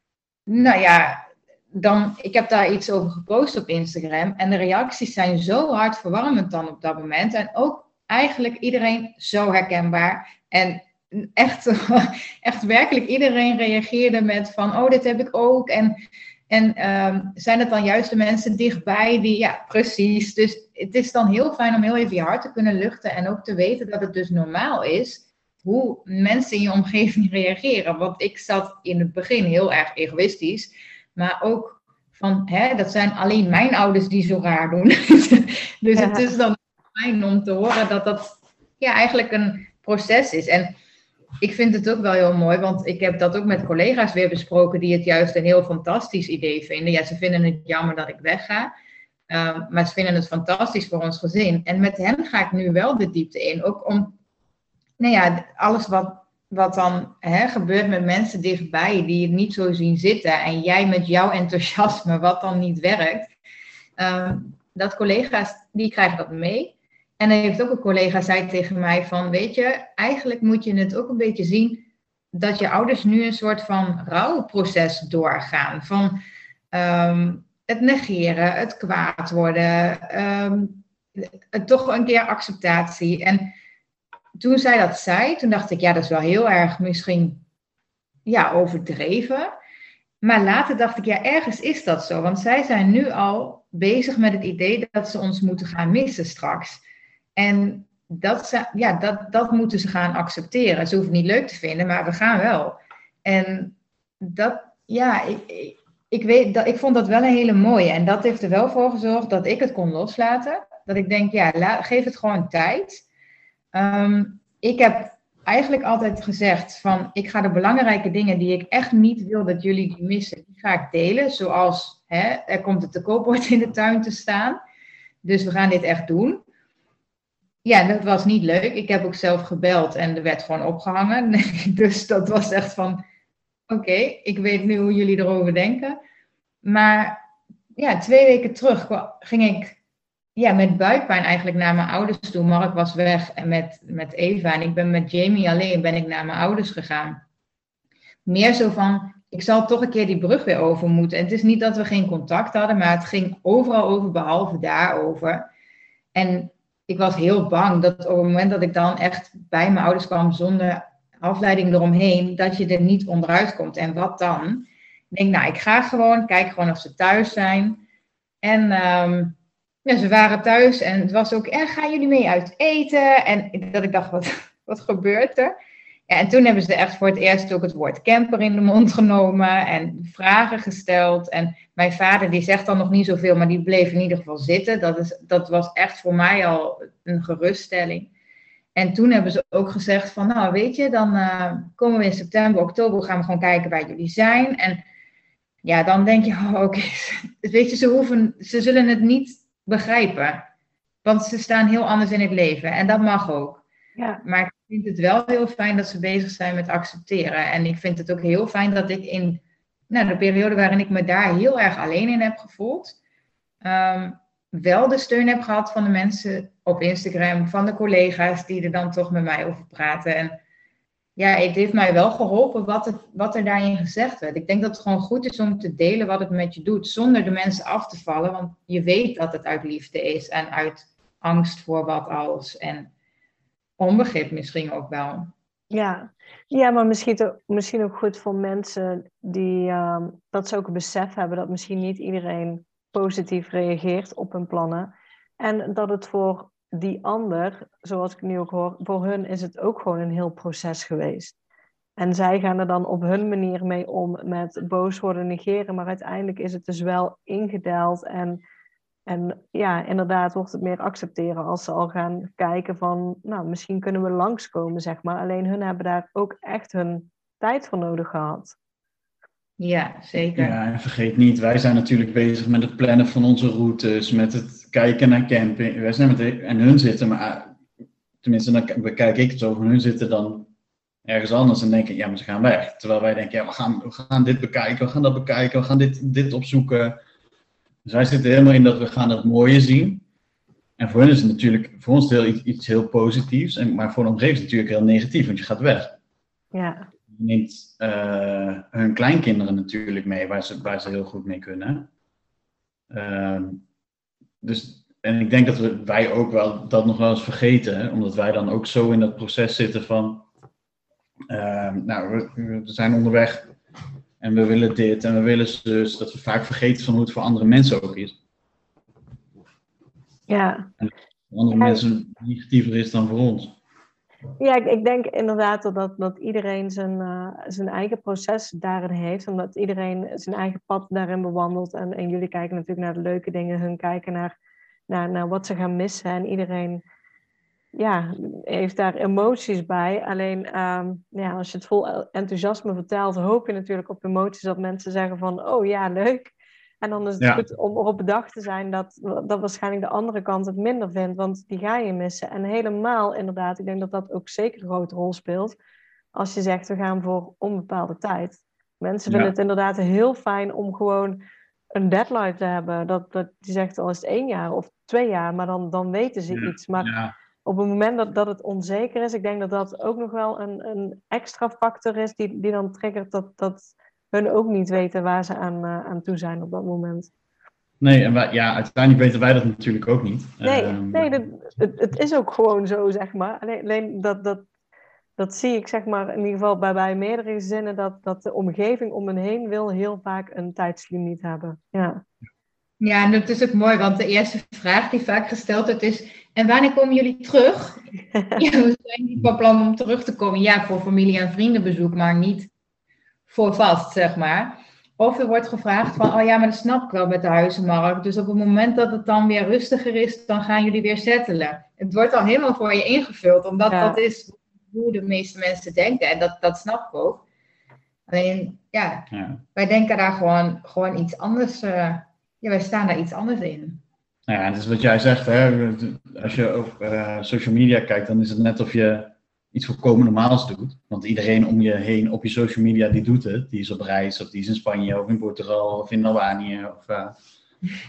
nou ja... Dan, ik heb daar iets over gepost op Instagram en de reacties zijn zo hartverwarmend dan op dat moment. En ook eigenlijk iedereen zo herkenbaar. En echt, echt werkelijk iedereen reageerde met van, oh, dit heb ik ook. En, en um, zijn het dan juist de mensen dichtbij die, ja, precies. Dus het is dan heel fijn om heel even je hart te kunnen luchten en ook te weten dat het dus normaal is hoe mensen in je omgeving reageren. Want ik zat in het begin heel erg egoïstisch. Maar ook van, hè, dat zijn alleen mijn ouders die zo raar doen. Dus ja. Het is dan fijn om te horen dat dat ja, eigenlijk een proces is. En ik vind het ook wel heel mooi, want ik heb dat ook met collega's weer besproken die het juist een heel fantastisch idee vinden. Ja, ze vinden het jammer dat ik wegga, uh, maar ze vinden het fantastisch voor ons gezin. En met hen ga ik nu wel de diepte in, ook om, nou ja, alles wat... Wat dan hè, gebeurt met mensen dichtbij die het niet zo zien zitten. En jij met jouw enthousiasme, wat dan niet werkt. Um, dat collega's, die krijgen dat mee. En dan heeft ook een collega zei tegen mij van, weet je, eigenlijk moet je het ook een beetje zien dat je ouders nu een soort van rouwproces doorgaan. Van um, het negeren, het kwaad worden, um, het toch een keer acceptatie. En toen zij dat zei, toen dacht ik, ja, dat is wel heel erg misschien ja, overdreven. Maar later dacht ik, ja, ergens is dat zo. Want zij zijn nu al bezig met het idee dat ze ons moeten gaan missen straks. En dat, ze, ja, dat, dat moeten ze gaan accepteren. Ze hoeven het niet leuk te vinden, maar we gaan wel. En dat, ja, ik, ik, ik, weet, dat, ik vond dat wel een hele mooie. En dat heeft er wel voor gezorgd dat ik het kon loslaten. Dat ik denk, ja, la, geef het gewoon tijd. Um, ik heb eigenlijk altijd gezegd van, ik ga de belangrijke dingen die ik echt niet wil dat jullie die missen, die ga ik delen. Zoals, hè, er komt een te koopbord in de tuin te staan. Dus we gaan dit echt doen. Ja, dat was niet leuk. Ik heb ook zelf gebeld en er werd gewoon opgehangen. Dus dat was echt van, oké, okay, ik weet nu hoe jullie erover denken. Maar ja, twee weken terug ging ik ja, met buikpijn eigenlijk naar mijn ouders toe. Mark was weg en met, met Eva en ik ben met Jamie alleen ben ik naar mijn ouders gegaan. Meer zo van, ik zal toch een keer die brug weer over moeten. En het is niet dat we geen contact hadden, maar het ging overal over, behalve daarover. En ik was heel bang dat op het moment dat ik dan echt bij mijn ouders kwam zonder afleiding eromheen, dat je er niet onderuit komt. En wat dan? Ik denk, nou, ik ga gewoon, kijk gewoon of ze thuis zijn. En um, ja, ze waren thuis en het was ook, en gaan jullie mee uit eten? En dat ik dacht, wat, wat gebeurt er? Ja, en toen hebben ze echt voor het eerst ook het woord camper in de mond genomen en vragen gesteld. En mijn vader die zegt dan nog niet zoveel, maar die bleef in ieder geval zitten. Dat, is, dat was echt voor mij al een geruststelling. En toen hebben ze ook gezegd van, nou weet je, dan uh, komen we in september, oktober, gaan we gewoon kijken waar jullie zijn. En ja, dan denk je, oh, oké, okay. Weet je, ze, hoeven, ze zullen het niet begrijpen. Want ze staan heel anders in het leven en dat mag ook. Ja. Maar ik vind het wel heel fijn dat ze bezig zijn met accepteren. En ik vind het ook heel fijn dat ik in nou, de periode waarin ik me daar heel erg alleen in heb gevoeld, um, wel de steun heb gehad van de mensen op Instagram, van de collega's die er dan toch met mij over praten. En ja, het heeft mij wel geholpen wat, het, wat er daarin gezegd werd. Ik denk dat het gewoon goed is om te delen wat het met je doet, zonder de mensen af te vallen. Want je weet dat het uit liefde is en uit angst voor wat als. En onbegrip misschien ook wel. Ja, ja maar misschien ook, misschien ook goed voor mensen die um, dat ze ook een besef hebben dat misschien niet iedereen positief reageert op hun plannen. En dat het voor die ander, zoals ik nu ook hoor, voor hun is het ook gewoon een heel proces geweest. En zij gaan er dan op hun manier mee om met boos worden, negeren, maar uiteindelijk is het dus wel ingedaald en, en ja, inderdaad wordt het meer accepteren als ze al gaan kijken van, nou, misschien kunnen we langskomen, zeg maar. Alleen hun hebben daar ook echt hun tijd voor nodig gehad. Ja, zeker. Ja, en vergeet niet, wij zijn natuurlijk bezig met het plannen van onze routes, met het kijken naar camping. Wij zijn met de, en hun zitten, maar tenminste, dan bekijk ik het zo, van hun zitten dan ergens anders en denken, ja, maar ze gaan weg. Terwijl wij denken, ja, we gaan, we gaan dit bekijken, we gaan dat bekijken, we gaan dit, dit opzoeken. Dus wij zitten helemaal in dat we gaan het mooie zien. En voor hen is het natuurlijk, voor ons heel, iets, iets heel positiefs, en, maar voor de omgeving is het natuurlijk heel negatief, want je gaat weg. Ja. Je neemt uh, hun kleinkinderen natuurlijk mee, waar ze, waar ze heel goed mee kunnen. Uh, dus, en ik denk dat we, wij ook wel dat nog wel eens vergeten, hè? Omdat wij dan ook zo in dat proces zitten van, uh, nou, we, we zijn onderweg en we willen dit en we willen dus, dat we vaak vergeten van hoe het voor andere mensen ook is. Ja. En voor andere ja. mensen negatiever is dan voor ons. Ja, ik, ik denk inderdaad dat, dat iedereen zijn, uh, zijn eigen proces daarin heeft. Omdat iedereen zijn eigen pad daarin bewandelt. En, en jullie kijken natuurlijk naar de leuke dingen. Hun kijken naar, naar, naar wat ze gaan missen. En iedereen ja, heeft daar emoties bij. Alleen um, ja, als je het vol enthousiasme vertelt, hoop je natuurlijk op emoties dat mensen zeggen van, oh ja, leuk. En dan is het ja. goed om erop bedacht te zijn dat, dat waarschijnlijk de andere kant het minder vindt, want die ga je missen. En helemaal inderdaad, ik denk dat dat ook zeker een grote rol speelt. Als je zegt, we gaan voor onbepaalde tijd. Mensen vinden ja. het inderdaad heel fijn om gewoon een deadline te hebben. Dat, dat die zegt al is het één jaar of twee jaar, maar dan, dan weten ze ja. iets. Maar ja. op het moment dat, dat het onzeker is, ik denk dat dat ook nog wel een, een extra factor is die, die dan triggert dat... dat hun ook niet weten waar ze aan, uh, aan toe zijn op dat moment. Nee, en wij, ja, uiteindelijk weten wij dat natuurlijk ook niet. Nee, um, nee dat, het, het is ook gewoon zo, zeg maar. Alleen, alleen dat, dat, dat zie ik, zeg maar, in ieder geval bij, bij meerdere gezinnen, dat, dat de omgeving om hen heen wil heel vaak een tijdslimiet hebben. Ja. Ja, en dat is ook mooi, want de eerste vraag die vaak gesteld wordt is, en wanneer komen jullie terug? Ja, we zijn niet van plan om terug te komen. Ja, voor familie- en vriendenbezoek, maar niet voor vast, zeg maar. Of er wordt gevraagd van, oh ja, maar dat snap ik wel met de huizenmarkt. Dus op het moment dat het dan weer rustiger is, dan gaan jullie weer settelen. Het wordt al helemaal voor je ingevuld, omdat ja. dat is hoe de meeste mensen denken. En dat, dat snap ik ook. Alleen, ja, ja. wij denken daar gewoon, gewoon iets anders, uh, ja, wij staan daar iets anders in. Ja, dat is wat jij zegt, hè. Als je op uh, social media kijkt, dan is het net of je iets volkomen normaals doet. Want iedereen om je heen op je social media, die doet het. Die is op reis, of die is in Spanje, of in Portugal, of in Albanië. Of, uh...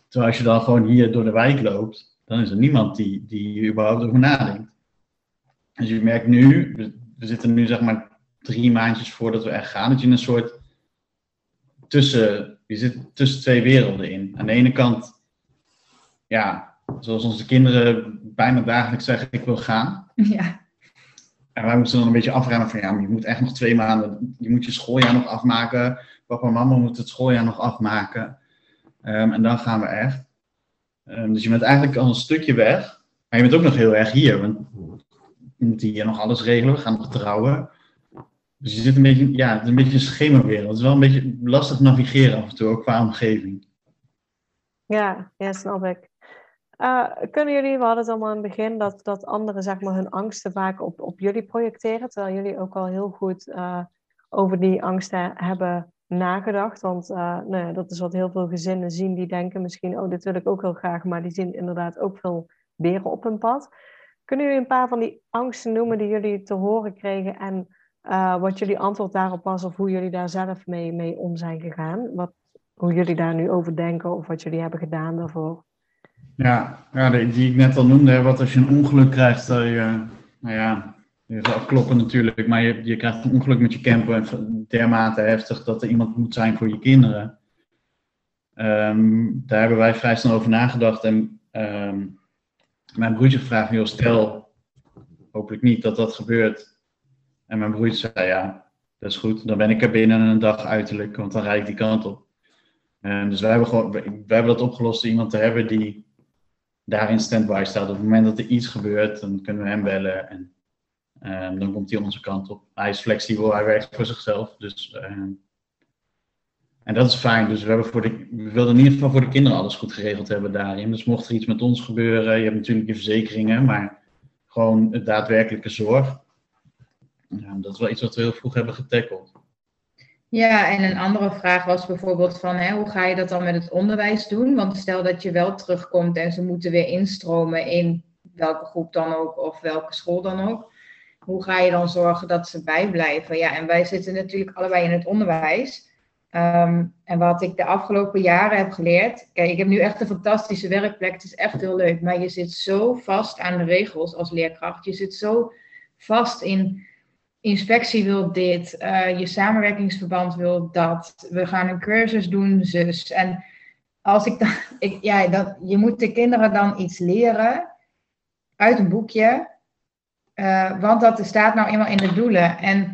Terwijl als je dan gewoon hier door de wijk loopt, dan is er niemand die, die überhaupt over nadenkt. Dus je merkt nu, we, we zitten nu zeg maar drie maandjes voordat we echt gaan, dat je een soort tussen, je zit tussen twee werelden in. Aan de ene kant, ja, zoals onze kinderen bijna dagelijks zeggen, ik wil gaan. Ja. En wij moeten dan een beetje afremmen van, ja, maar je moet echt nog twee maanden, je moet je schooljaar nog afmaken. Papa en mama moeten het schooljaar nog afmaken. Um, en dan gaan we echt. Um, dus je bent eigenlijk al een stukje weg. Maar je bent ook nog heel erg hier. Want we moeten hier nog alles regelen. We gaan nog trouwen. Dus je zit een beetje, ja, het is een beetje een schemerwereld. Het is wel een beetje lastig navigeren af en toe, ook qua omgeving. Ja, ja, snap ik. Uh, kunnen jullie, we hadden het allemaal in het begin, dat, dat anderen zeg maar, hun angsten vaak op, op jullie projecteren. Terwijl jullie ook al heel goed uh, over die angsten hebben nagedacht. Want uh, nou ja, dat is wat heel veel gezinnen zien. Die denken misschien, oh, dit wil ik ook heel graag. Maar die zien inderdaad ook veel beren op hun pad. Kunnen jullie een paar van die angsten noemen die jullie te horen kregen? En uh, wat jullie antwoord daarop was, of hoe jullie daar zelf mee, mee om zijn gegaan? Wat, hoe jullie daar nu over denken, of wat jullie hebben gedaan daarvoor? Ja, ja die, die ik net al noemde, wat als je een ongeluk krijgt, dat je, nou ja, je zal kloppen natuurlijk, maar je, je krijgt een ongeluk met je camper dermate heftig dat er iemand moet zijn voor je kinderen. Um, daar hebben wij vrij snel over nagedacht en um, mijn broertje gevraagd, joh, stel, hopelijk niet dat dat gebeurt. En mijn broertje zei, ja, dat is goed, dan ben ik er binnen een dag uiterlijk, want dan rijd ik die kant op. Um, dus wij hebben, gewoon, wij hebben dat opgelost door iemand te hebben die daarin stand-by staat. Op het moment dat er iets gebeurt, dan kunnen we hem bellen en uh, dan komt hij onze kant op. Hij is flexibel, hij werkt voor zichzelf. Dus, uh, en dat is fijn. Dus we, hebben voor de, we wilden in ieder geval voor de kinderen alles goed geregeld hebben daarin. Dus mocht er iets met ons gebeuren, je hebt natuurlijk je verzekeringen, maar gewoon het daadwerkelijke zorg. Ja, dat is wel iets wat we heel vroeg hebben getackeld. Ja, en een andere vraag was bijvoorbeeld van, hè, hoe ga je dat dan met het onderwijs doen? Want stel dat je wel terugkomt en ze moeten weer instromen in welke groep dan ook of welke school dan ook. Hoe ga je dan zorgen dat ze bijblijven? Ja, en wij zitten natuurlijk allebei in het onderwijs. Um, en wat ik de afgelopen jaren heb geleerd, kijk, ik heb nu echt een fantastische werkplek, het is echt heel leuk, maar je zit zo vast aan de regels als leerkracht. Je zit zo vast in... Inspectie wil dit, uh, je samenwerkingsverband wil dat, we gaan een cursus doen, zus. En als ik dan, ik, ja, dat, je moet de kinderen dan iets leren uit een boekje, uh, want dat staat nou eenmaal in de doelen. En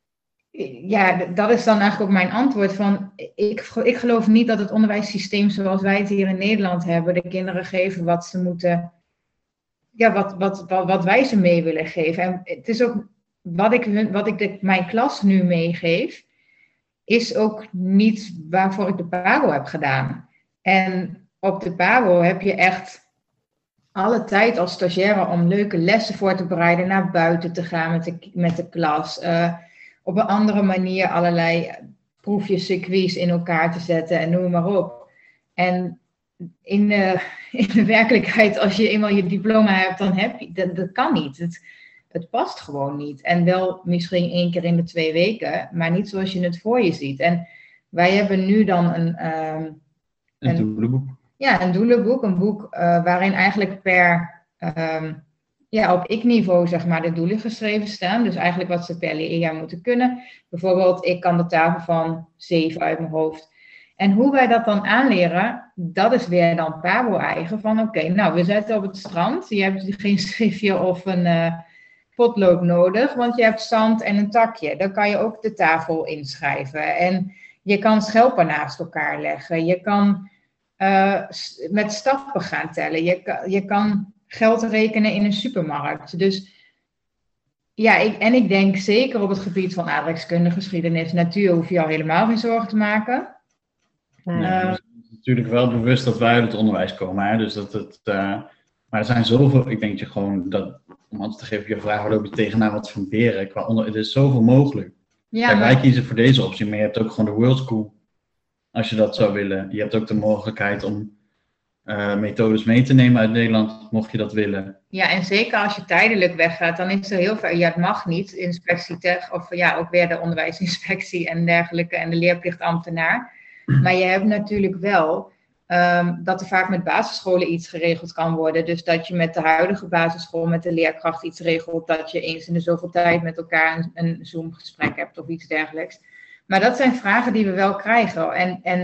ja, dat is dan eigenlijk ook mijn antwoord van, ik, ik geloof niet dat het onderwijssysteem zoals wij het hier in Nederland hebben, de kinderen geven wat ze moeten, ja, wat, wat, wat, wat wij ze mee willen geven. En het is ook... Wat ik, wat ik de, mijn klas nu meegeef, is ook niet waarvoor ik de PABO heb gedaan. En op de PABO heb je echt alle tijd als stagiaire om leuke lessen voor te bereiden, naar buiten te gaan met de, met de klas. Uh, op een andere manier allerlei proefjes, circuits in elkaar te zetten en noem maar op. En in de, in de werkelijkheid, als je eenmaal je diploma hebt, dan heb je, dat, dat kan niet. Het, Het past gewoon niet. En wel misschien één keer in de twee weken, maar niet zoals je het voor je ziet. En wij hebben nu dan een... Um, een, een doelenboek. Ja, een doelenboek. Een boek uh, waarin eigenlijk per... Um, ja, op ik-niveau zeg maar de doelen geschreven staan. Dus eigenlijk wat ze per leerjaar moeten kunnen. Bijvoorbeeld, ik kan de tafel van zeven uit mijn hoofd. En hoe wij dat dan aanleren, dat is weer dan PABO-eigen. Van oké, okay, nou, we zetten op het strand. Je hebt geen schriftje of een... Uh, potlood nodig, want je hebt zand en een takje. Dan kan je ook de tafel inschrijven. En je kan schelpen naast elkaar leggen. Je kan uh, met stappen gaan tellen. Je kan, je kan geld rekenen in een supermarkt. Dus ja, ik, en ik denk zeker op het gebied van aardrijkskunde, geschiedenis, natuur, hoef je al helemaal geen zorgen te maken. Nee, uh, het is natuurlijk wel bewust dat wij uit het onderwijs komen. Hè? Dus dat het, uh, maar er zijn zoveel, ik denk je gewoon dat... Om antwoord te geven op je vraag, waar loop je tegenaan wat van beren? Qua onder, er is zoveel mogelijk. Ja, Kijk, maar... Wij kiezen voor deze optie, maar je hebt ook gewoon de World School. Als je dat zou willen. Je hebt ook de mogelijkheid om uh, methodes mee te nemen uit Nederland, mocht je dat willen. Ja, en zeker als je tijdelijk weggaat, dan is er heel veel... Ja, het mag niet, inspectie tech, of ja, ook weer de onderwijsinspectie en dergelijke, en de leerplichtambtenaar. Maar je hebt natuurlijk wel Um, dat er vaak met basisscholen iets geregeld kan worden. Dus dat je met de huidige basisschool, met de leerkracht iets regelt, dat je eens in de zoveel tijd met elkaar een, een Zoom-gesprek hebt of iets dergelijks. Maar dat zijn vragen die we wel krijgen. En, en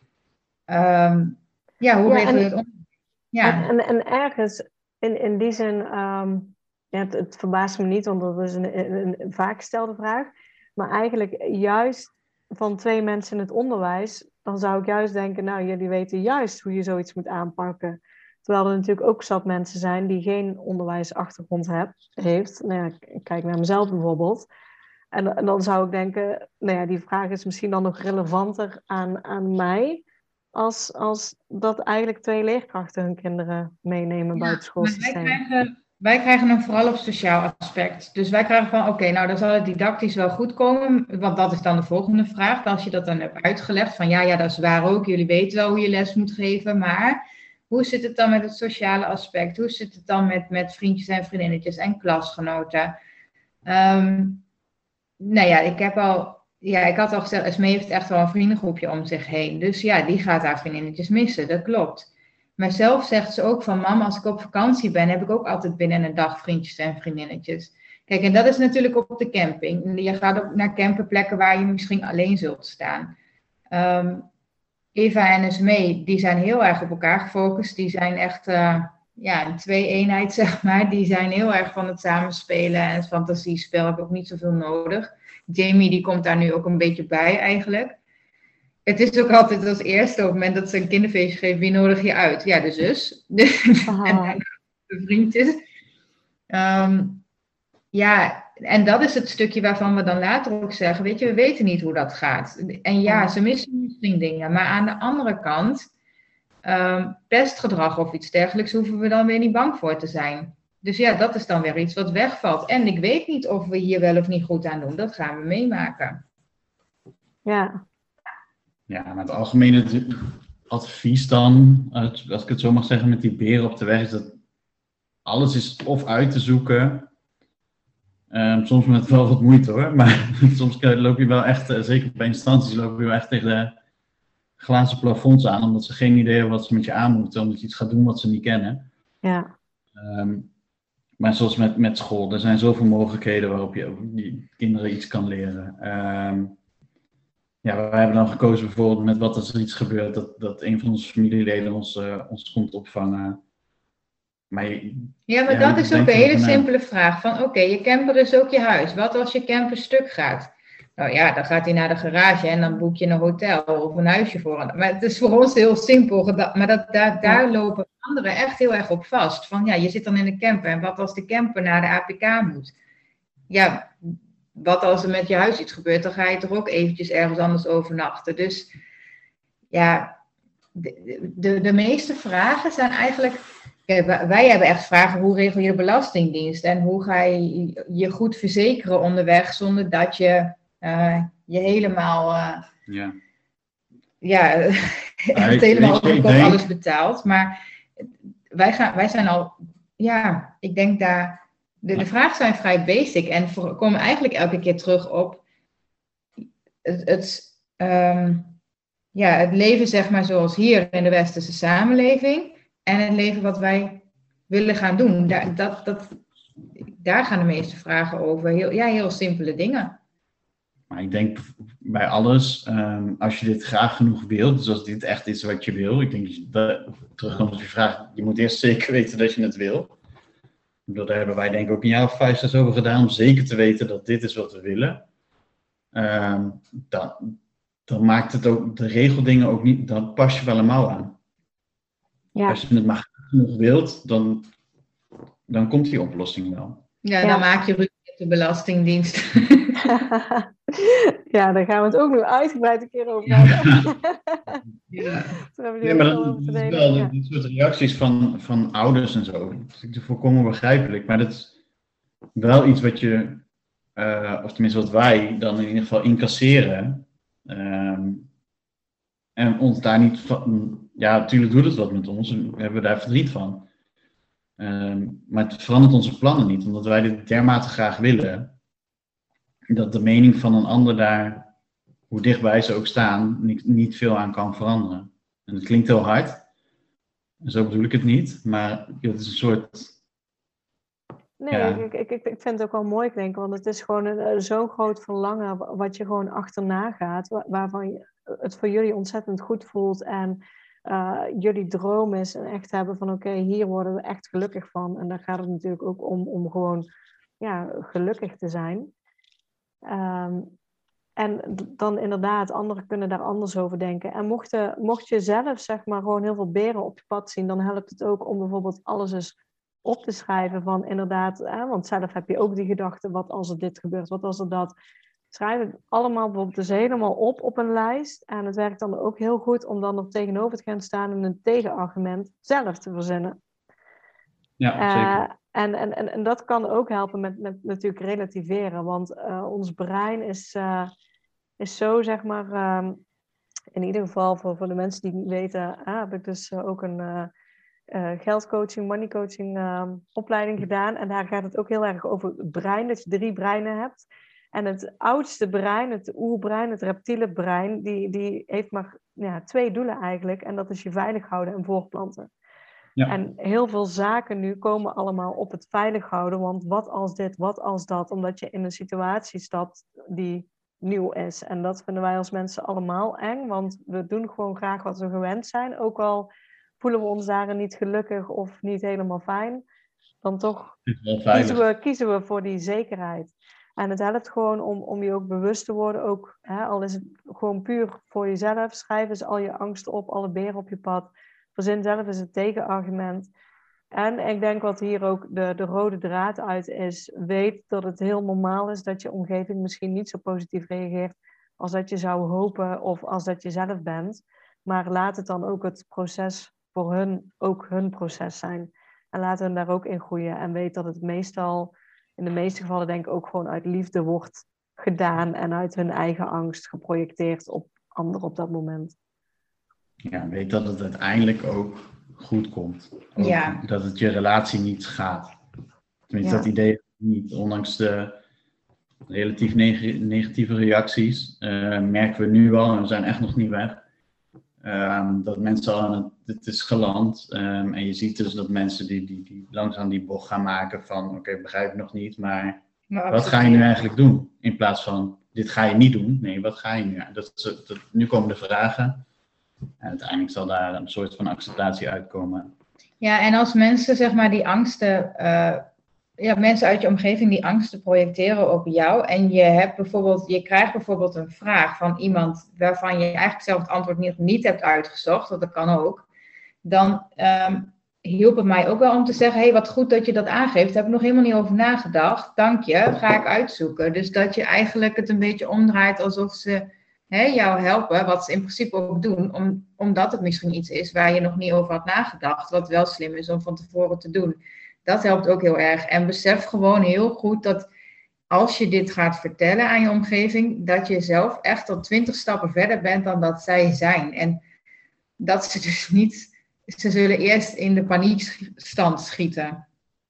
um, ja, hoe ja, regelen we en, het om? Ja. En, en, en ergens, in, in die zin, um, ja, het, het verbaast me niet, want dat is een, een, een vaak gestelde vraag. Maar eigenlijk juist van twee mensen in het onderwijs, dan zou ik juist denken, nou, jullie weten juist hoe je zoiets moet aanpakken. Terwijl er natuurlijk ook zat mensen zijn die geen onderwijsachtergrond heb, heeft. Nou ja, ik kijk naar mezelf bijvoorbeeld. En, en dan zou ik denken, nou ja, die vraag is misschien dan nog relevanter aan, aan mij, als, als dat eigenlijk twee leerkrachten hun kinderen meenemen bij het schoolsysteem. Wij krijgen, wij krijgen hem vooral op sociaal aspect. Dus wij krijgen van, oké, okay, nou dan zal het didactisch wel goed komen, want dat is dan de volgende vraag. Als je dat dan hebt uitgelegd, van ja, ja, dat is waar ook, jullie weten wel hoe je les moet geven, maar hoe zit het dan met het sociale aspect? Hoe zit het dan met, met vriendjes en vriendinnetjes en klasgenoten? Um, nou ja, ik heb al... Ja, ik had al gezegd, Esmee heeft echt wel een vriendengroepje om zich heen. Dus ja, die gaat haar vriendinnetjes missen, dat klopt. Maar zelf zegt ze ook van, mama, als ik op vakantie ben, heb ik ook altijd binnen een dag vriendjes en vriendinnetjes. Kijk, en dat is natuurlijk op de camping. Je gaat ook naar camperplekken waar je misschien alleen zult staan. Um, Eva en Esmee, die zijn heel erg op elkaar gefocust. Die zijn echt, uh, ja, een twee-eenheid, zeg maar. Die zijn heel erg van het samenspelen en het fantasiespel. Heb ook niet zoveel nodig. Jamie die komt daar nu ook een beetje bij eigenlijk. Het is ook altijd als eerste op het moment dat ze een kinderfeestje geven, wie nodig je uit? Ja, de zus. Oh. En de vriendjes. Um, ja, en dat is het stukje waarvan we dan later ook zeggen, weet je, we weten niet hoe dat gaat. En ja, ze missen misschien dingen. Maar aan de andere kant, um, pestgedrag of iets dergelijks, hoeven we dan weer niet bang voor te zijn. Dus ja, dat is dan weer iets wat wegvalt. En ik weet niet of we hier wel of niet goed aan doen. Dat gaan we meemaken. Ja. Ja, maar het algemene advies dan, als ik het zo mag zeggen, met die beren op de weg, is dat alles is of uit te zoeken. Um, soms met wel wat moeite hoor, maar soms loop je wel echt, zeker bij instanties, loop je wel echt tegen de glazen plafonds aan, omdat ze geen idee hebben wat ze met je aan moeten, omdat je iets gaat doen wat ze niet kennen. Ja. Um, Maar zoals met, met school, er zijn zoveel mogelijkheden waarop je die kinderen iets kan leren. Um, ja, wij hebben dan gekozen bijvoorbeeld met wat als er iets gebeurt, dat, dat een van onze familieleden ons, uh, ons komt opvangen. Maar je, ja, maar ja, dat is ook een hele simpele vraag. Van oké, okay, je camper is ook je huis. Wat als je camper stuk gaat? Nou ja, dan gaat hij naar de garage en dan boek je een hotel of een huisje voor. Maar het is voor ons heel simpel. Maar dat, daar, daar lopen anderen echt heel erg op vast. Van ja, je zit dan in de camper. En wat als de camper naar de A P K moet? Ja, wat als er met je huis iets gebeurt? Dan ga je toch ook eventjes ergens anders overnachten. Dus ja, de, de, de meeste vragen zijn eigenlijk... Kijk, wij hebben echt vragen, hoe regel je de belastingdienst? En hoe ga je je goed verzekeren onderweg zonder dat je... Uh, je helemaal, uh, ja, ja echt helemaal op denk... alles betaalt. Maar wij, gaan, wij zijn al, ja, ik denk daar, de, de vragen zijn vrij basic en voor, komen eigenlijk elke keer terug op het, het, um, ja, het leven, zeg maar, zoals hier in de westerse samenleving en het leven wat wij willen gaan doen. Daar, dat, dat, daar gaan de meeste vragen over. Heel, ja, heel simpele dingen. Maar ik denk bij alles, um, als je dit graag genoeg wilt, dus als dit echt is wat je wil, ik denk dat, terugkomt op je vraag, je moet eerst zeker weten dat je het wil. Daar hebben wij denk ik ook een jaar of vijf, zes over gedaan, om zeker te weten dat dit is wat we willen. Um, dan, dan maakt het ook, de regeldingen ook niet, dan pas je wel een mouw aan. Ja. Als je het maar genoeg wilt, dan, dan komt die oplossing wel. Ja, dan ja. maak je ruzie met de Belastingdienst. Ja, daar gaan we het ook nog uitgebreid een keer over hebben. Ja, ja maar dat is wel ja. dit soort reacties van, van ouders en zo. Dat is volkomen begrijpelijk. Maar dat is wel iets wat je, uh, of tenminste wat wij dan in ieder geval incasseren. Um, en ons daar niet van, ja, natuurlijk doet het wat met ons. We hebben daar verdriet van. Um, maar het verandert onze plannen niet, omdat wij dit dermate graag willen. Dat de mening van een ander daar, hoe dichtbij ze ook staan, niet, niet veel aan kan veranderen. En het klinkt heel hard. En zo bedoel ik het niet. Maar het is een soort... Nee, Ja. ik, ik, ik vind het ook wel mooi klinken, want het is gewoon een, zo'n groot verlangen wat je gewoon achterna gaat, waar, waarvan je, het voor jullie ontzettend goed voelt en uh, jullie droom is en echt hebben van oké, okay, hier worden we echt gelukkig van. En daar gaat het natuurlijk ook om, om gewoon ja, gelukkig te zijn. Um, en dan inderdaad, anderen kunnen daar anders over denken. En mocht, je, mocht je zelf zeg maar gewoon heel veel beren op je pad zien, dan helpt het ook om bijvoorbeeld alles eens op te schrijven van inderdaad, hè, want zelf heb je ook die gedachte, wat als er dit gebeurt, wat als er dat. Schrijf het allemaal bijvoorbeeld dus helemaal op op een lijst. En het werkt dan ook heel goed om dan nog tegenover te gaan staan en een tegenargument zelf te verzinnen. Ja, uh, zeker. En, en, en, en dat kan ook helpen met, met natuurlijk relativeren, want uh, ons brein is, uh, is zo, zeg maar, um, in ieder geval voor, voor de mensen die het niet weten, uh, heb ik dus uh, ook een... Uh, Uh, geldcoaching, moneycoaching uh, opleiding gedaan. En daar gaat het ook heel erg over het brein, dat je drie breinen hebt. En het oudste brein, het oerbrein, het reptiele brein, die, die heeft maar ja, twee doelen eigenlijk. En dat is je veilig houden en voortplanten. Ja. En heel veel zaken nu komen allemaal op het veilig houden. Want wat als dit, wat als dat? Omdat je in een situatie stapt die nieuw is. En dat vinden wij als mensen allemaal eng. Want we doen gewoon graag wat we gewend zijn. Ook al voelen we ons daarin niet gelukkig of niet helemaal fijn, dan toch kiezen we, kiezen we voor die zekerheid. En het helpt gewoon om, om je ook bewust te worden, ook, hè, al is het gewoon puur voor jezelf, schrijf eens al je angsten op, alle beren op je pad, verzin zelf eens een tegenargument. En ik denk wat hier ook de, de rode draad uit is, weet dat het heel normaal is dat je omgeving misschien niet zo positief reageert als dat je zou hopen of als dat je zelf bent. Maar laat het dan ook het proces voor hun ook hun proces zijn. En laten hun daar ook in groeien. En weet dat het meestal, in de meeste gevallen denk ik ook gewoon uit liefde wordt gedaan. En uit hun eigen angst geprojecteerd op anderen op dat moment. Ja, weet dat het uiteindelijk ook goed komt. Ook ja. Dat het je relatie niet schaadt. Tenminste, ja. Dat idee niet. Ondanks de relatief neg- negatieve reacties uh, merken we nu wel, en we zijn echt nog niet weg, Um, dat mensen al aan het, het is geland um, en je ziet dus dat mensen die, die, die langzaam die bocht gaan maken van oké, okay, begrijp ik nog niet, maar, maar wat ga je nu eigenlijk doen? In plaats van dit ga je niet doen, nee, wat ga je nu? Dat, dat, dat, nu komen de vragen en uiteindelijk zal daar een soort van acceptatie uitkomen. Ja, en als mensen zeg maar die angsten, uh, ja, mensen uit je omgeving die angsten projecteren op jou en je hebt bijvoorbeeld, je krijgt bijvoorbeeld een vraag van iemand waarvan je eigenlijk zelf het antwoord niet, niet hebt uitgezocht, want dat kan ook, dan um, hielp het mij ook wel om te zeggen, hé, hey, wat goed dat je dat aangeeft, daar heb ik nog helemaal niet over nagedacht, dank je, ga ik uitzoeken. Dus dat je eigenlijk het een beetje omdraait alsof ze hè, jou helpen, wat ze in principe ook doen, om, omdat het misschien iets is waar je nog niet over had nagedacht, wat wel slim is om van tevoren te doen. Dat helpt ook heel erg. En besef gewoon heel goed dat als je dit gaat vertellen aan je omgeving, dat je zelf echt al twintig stappen verder bent dan dat zij zijn. En dat ze dus niet, ze zullen eerst in de paniekstand schieten.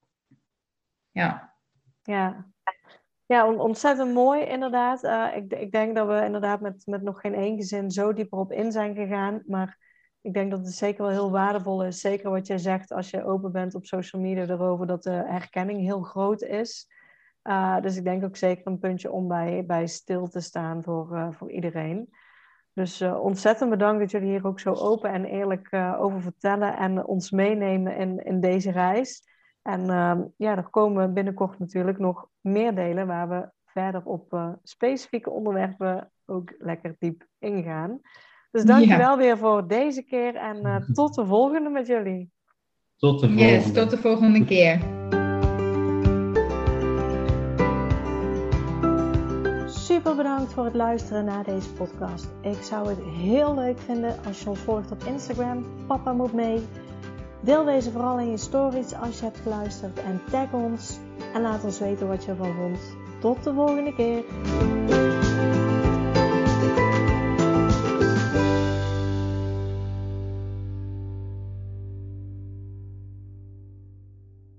Ja. Ja. Ja, ontzettend mooi inderdaad. Uh, ik, ik denk dat we inderdaad met, met nog geen één gezin zo dieper op in zijn gegaan. Maar ik denk dat het zeker wel heel waardevol is. Zeker wat jij zegt als je open bent op social media erover, dat de herkenning heel groot is. Uh, dus ik denk ook zeker een puntje om bij, bij stil te staan voor, uh, voor iedereen. Dus uh, ontzettend bedankt dat jullie hier ook zo open en eerlijk uh, over vertellen en ons meenemen in, in deze reis. En uh, ja, er komen binnenkort natuurlijk nog meer delen waar we verder op uh, specifieke onderwerpen ook lekker diep ingaan. Dus dankjewel ja. weer voor deze keer en uh, tot de volgende met jullie. Tot de volgende. Yes, tot de volgende keer. Super bedankt voor het luisteren naar deze podcast. Ik zou het heel leuk vinden als je ons volgt op Instagram. Papa moet mee. Deel deze vooral in je stories als je hebt geluisterd en tag ons. En laat ons weten wat je ervan vond. Tot de volgende keer.